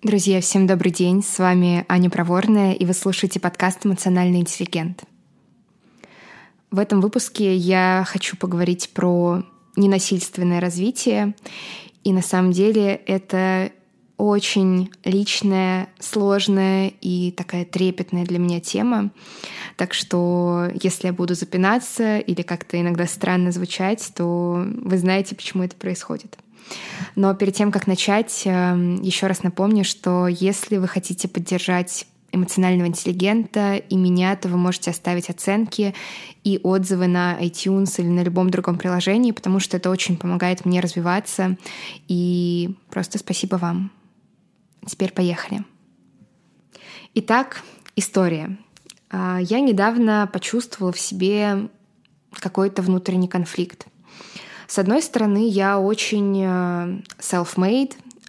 Друзья, всем добрый день. С вами Аня Проворная, и вы слушаете подкаст «Эмоциональный интеллигент». В этом выпуске я хочу поговорить про ненасильственное развитие. И на самом деле это очень личная, сложная и такая трепетная для меня тема. Так что если я буду запинаться или как-то иногда странно звучать, то вы знаете, почему это происходит. Но перед тем, как начать, еще раз напомню, что если вы хотите поддержать эмоционального интеллигента и меня, то вы можете оставить оценки и отзывы на iTunes или на любом другом приложении, потому что это очень помогает мне развиваться. И просто спасибо вам. Теперь поехали. Итак, история. Я недавно почувствовала в себе какой-то внутренний конфликт. С одной стороны, я очень self-made,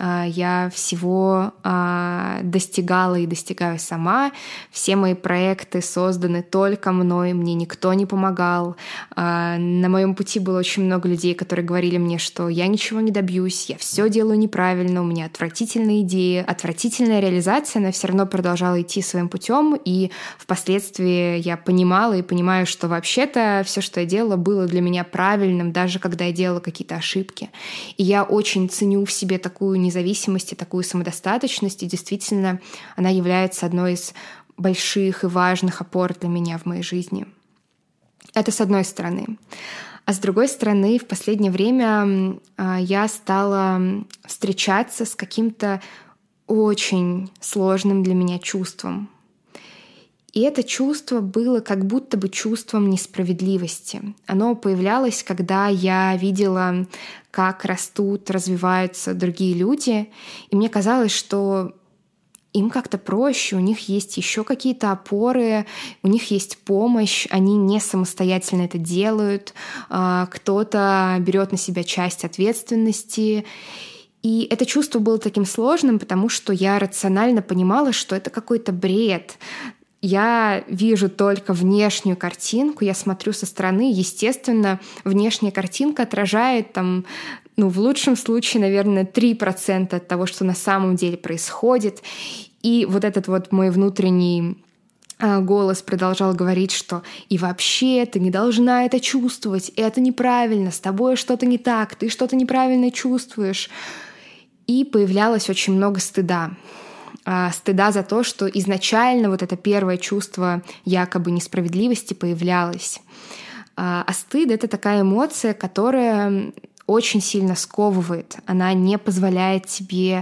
я всего достигала и достигаю сама. Все мои проекты созданы только мной, мне никто не помогал. На моем пути было очень много людей, которые говорили мне, что я ничего не добьюсь, я все делаю неправильно, у меня отвратительные идеи, отвратительная реализация, но все равно продолжала идти своим путем, и впоследствии я понимала и понимаю, что вообще-то все, что я делала, было для меня правильным, даже когда я делала какие-то ошибки. И я очень ценю в себе такую независимость и такую самодостаточность, и действительно она является одной из больших и важных опор для меня в моей жизни. Это с одной стороны. А с другой стороны, в последнее время я стала встречаться с каким-то очень сложным для меня чувством. И это чувство было как будто бы чувством несправедливости. Оно появлялось, когда я видела, как растут, развиваются другие люди, и мне казалось, что им как-то проще, у них есть еще какие-то опоры, у них есть помощь, они не самостоятельно это делают, кто-то берет на себя часть ответственности. И это чувство было таким сложным, потому что я рационально понимала, что это какой-то бред. Я вижу только внешнюю картинку, я смотрю со стороны. Естественно, внешняя картинка отражает в лучшем случае, наверное, 3% от того, что на самом деле происходит. И вот этот вот мой внутренний голос продолжал говорить, что и вообще ты не должна это чувствовать, это неправильно, с тобой что-то не так, ты что-то неправильно чувствуешь. И появлялось очень много стыда. Стыда за то, что изначально вот это первое чувство якобы несправедливости появлялось. А стыд — это такая эмоция, которая очень сильно сковывает. Она не позволяет тебе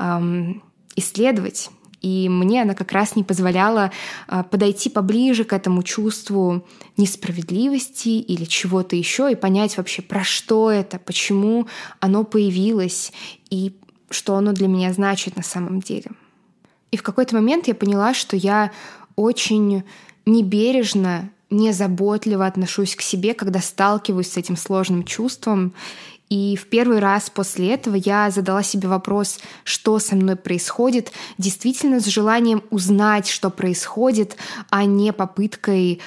исследовать. И мне она как раз не позволяла подойти поближе к этому чувству несправедливости или чего-то еще и понять вообще, про что это, почему оно появилось и что оно для меня значит на самом деле. И в какой-то момент я поняла, что я очень небережно, незаботливо отношусь к себе, когда сталкиваюсь с этим сложным чувством. И в первый раз после этого я задала себе вопрос, что со мной происходит, действительно с желанием узнать, что происходит, а не попыткой,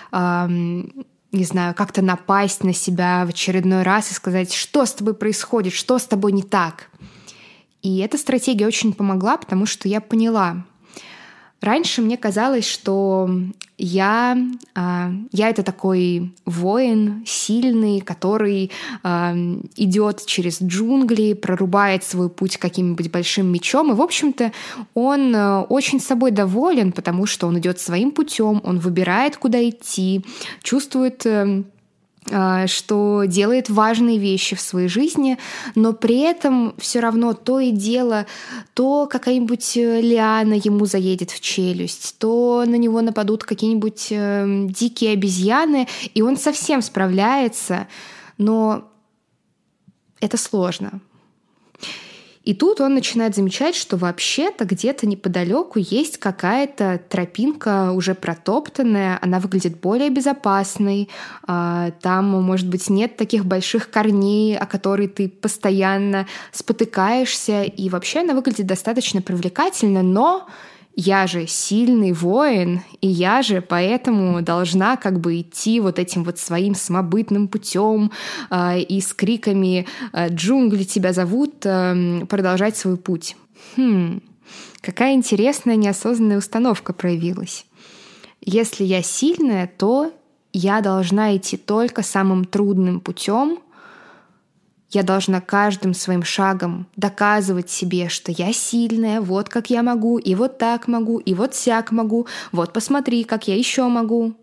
как-то напасть на себя в очередной раз и сказать, что с тобой происходит, что с тобой не так. И эта стратегия очень помогла, потому что я поняла. Раньше мне казалось, что я это такой воин сильный, который идет через джунгли, прорубает свой путь каким-нибудь большим мечом. И, в общем-то, он очень собой доволен, потому что он идет своим путем, он выбирает, куда идти, чувствует, что делает важные вещи в своей жизни, но при этом все равно то и дело, то какая-нибудь лиана ему заедет в челюсть, то на него нападут какие-нибудь дикие обезьяны, и он совсем справляется, но это сложно. И тут он начинает замечать, что вообще-то где-то неподалеку есть какая-то тропинка уже протоптанная, она выглядит более безопасной, там, может быть, нет таких больших корней, о которые ты постоянно спотыкаешься, и вообще она выглядит достаточно привлекательно, но я же сильный воин, и я же поэтому должна как бы идти вот этим вот своим самобытным путем и с криками «Джунгли тебя зовут» продолжать свой путь. какая интересная неосознанная установка проявилась. Если я сильная, то я должна идти только самым трудным путем. Я должна каждым своим шагом доказывать себе, что я сильная, вот как я могу, и вот так могу, и вот сяк могу, вот посмотри, как я еще могу.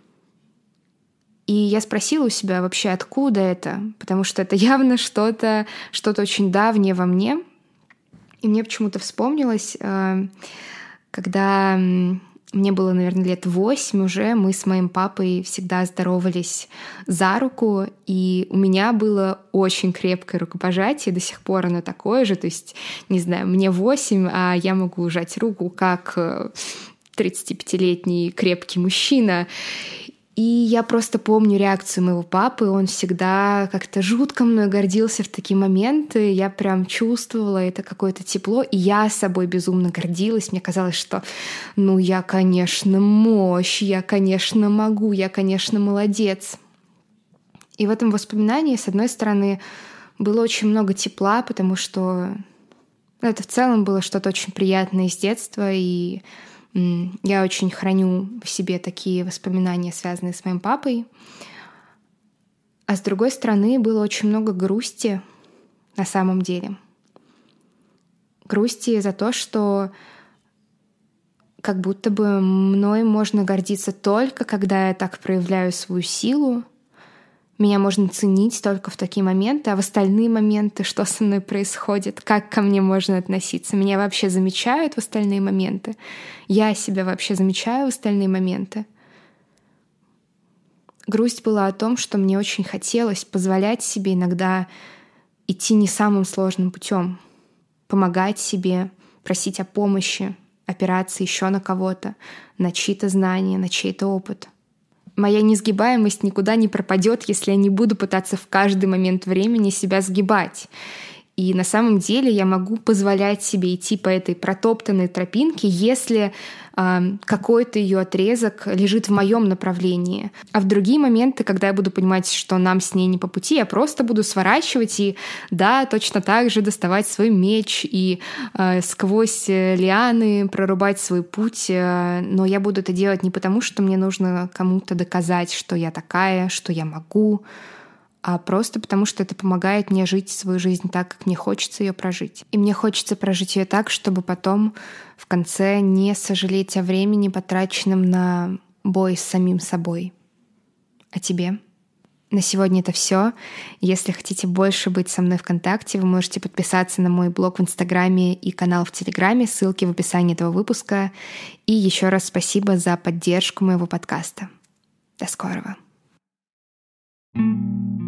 И я спросила у себя вообще, откуда это, потому что это явно что-то очень давнее во мне. И мне почему-то вспомнилось, когда мне было, наверное, лет 8 уже, мы с моим папой всегда здоровались за руку, и у меня было очень крепкое рукопожатие, до сих пор оно такое же, то есть, не знаю, мне 8, а я могу жать руку как 35-летний крепкий мужчина. И я просто помню реакцию моего папы, он всегда как-то жутко мной гордился в такие моменты, я прям чувствовала это какое-то тепло, и я собой безумно гордилась, мне казалось, что я, конечно, мощь, я, конечно, могу, я, конечно, молодец. И в этом воспоминании, с одной стороны, было очень много тепла, потому что это в целом было что-то очень приятное из детства, и я очень храню в себе такие воспоминания, связанные с моим папой. А с другой стороны, было очень много грусти на самом деле. Грусти за то, что как будто бы мной можно гордиться только, когда я так проявляю свою силу. Меня можно ценить только в такие моменты, а в остальные моменты, что со мной происходит, как ко мне можно относиться. Меня вообще замечают в остальные моменты. Я себя вообще замечаю в остальные моменты. Грусть была о том, что мне очень хотелось позволять себе иногда идти не самым сложным путем, помогать себе, просить о помощи, опираться еще на кого-то, на чьи-то знания, на чей-то опыт. Моя несгибаемость никуда не пропадет, если я не буду пытаться в каждый момент времени себя сгибать. И на самом деле я могу позволять себе идти по этой протоптанной тропинке, если какой-то ее отрезок лежит в моем направлении. А в другие моменты, когда я буду понимать, что нам с ней не по пути, я просто буду сворачивать и, да, точно так же доставать свой меч и сквозь лианы прорубать свой путь. Но я буду это делать не потому, что мне нужно кому-то доказать, что я такая, что я могу, а просто потому, что это помогает мне жить свою жизнь так, как мне хочется ее прожить. И мне хочется прожить ее так, чтобы потом в конце не сожалеть о времени, потраченном на бой с самим собой. А тебе? На сегодня это все. Если хотите больше быть со мной в контакте, вы можете подписаться на мой блог в Инстаграме и канал в Телеграме, ссылки в описании этого выпуска. И еще раз спасибо за поддержку моего подкаста. До скорого. thank you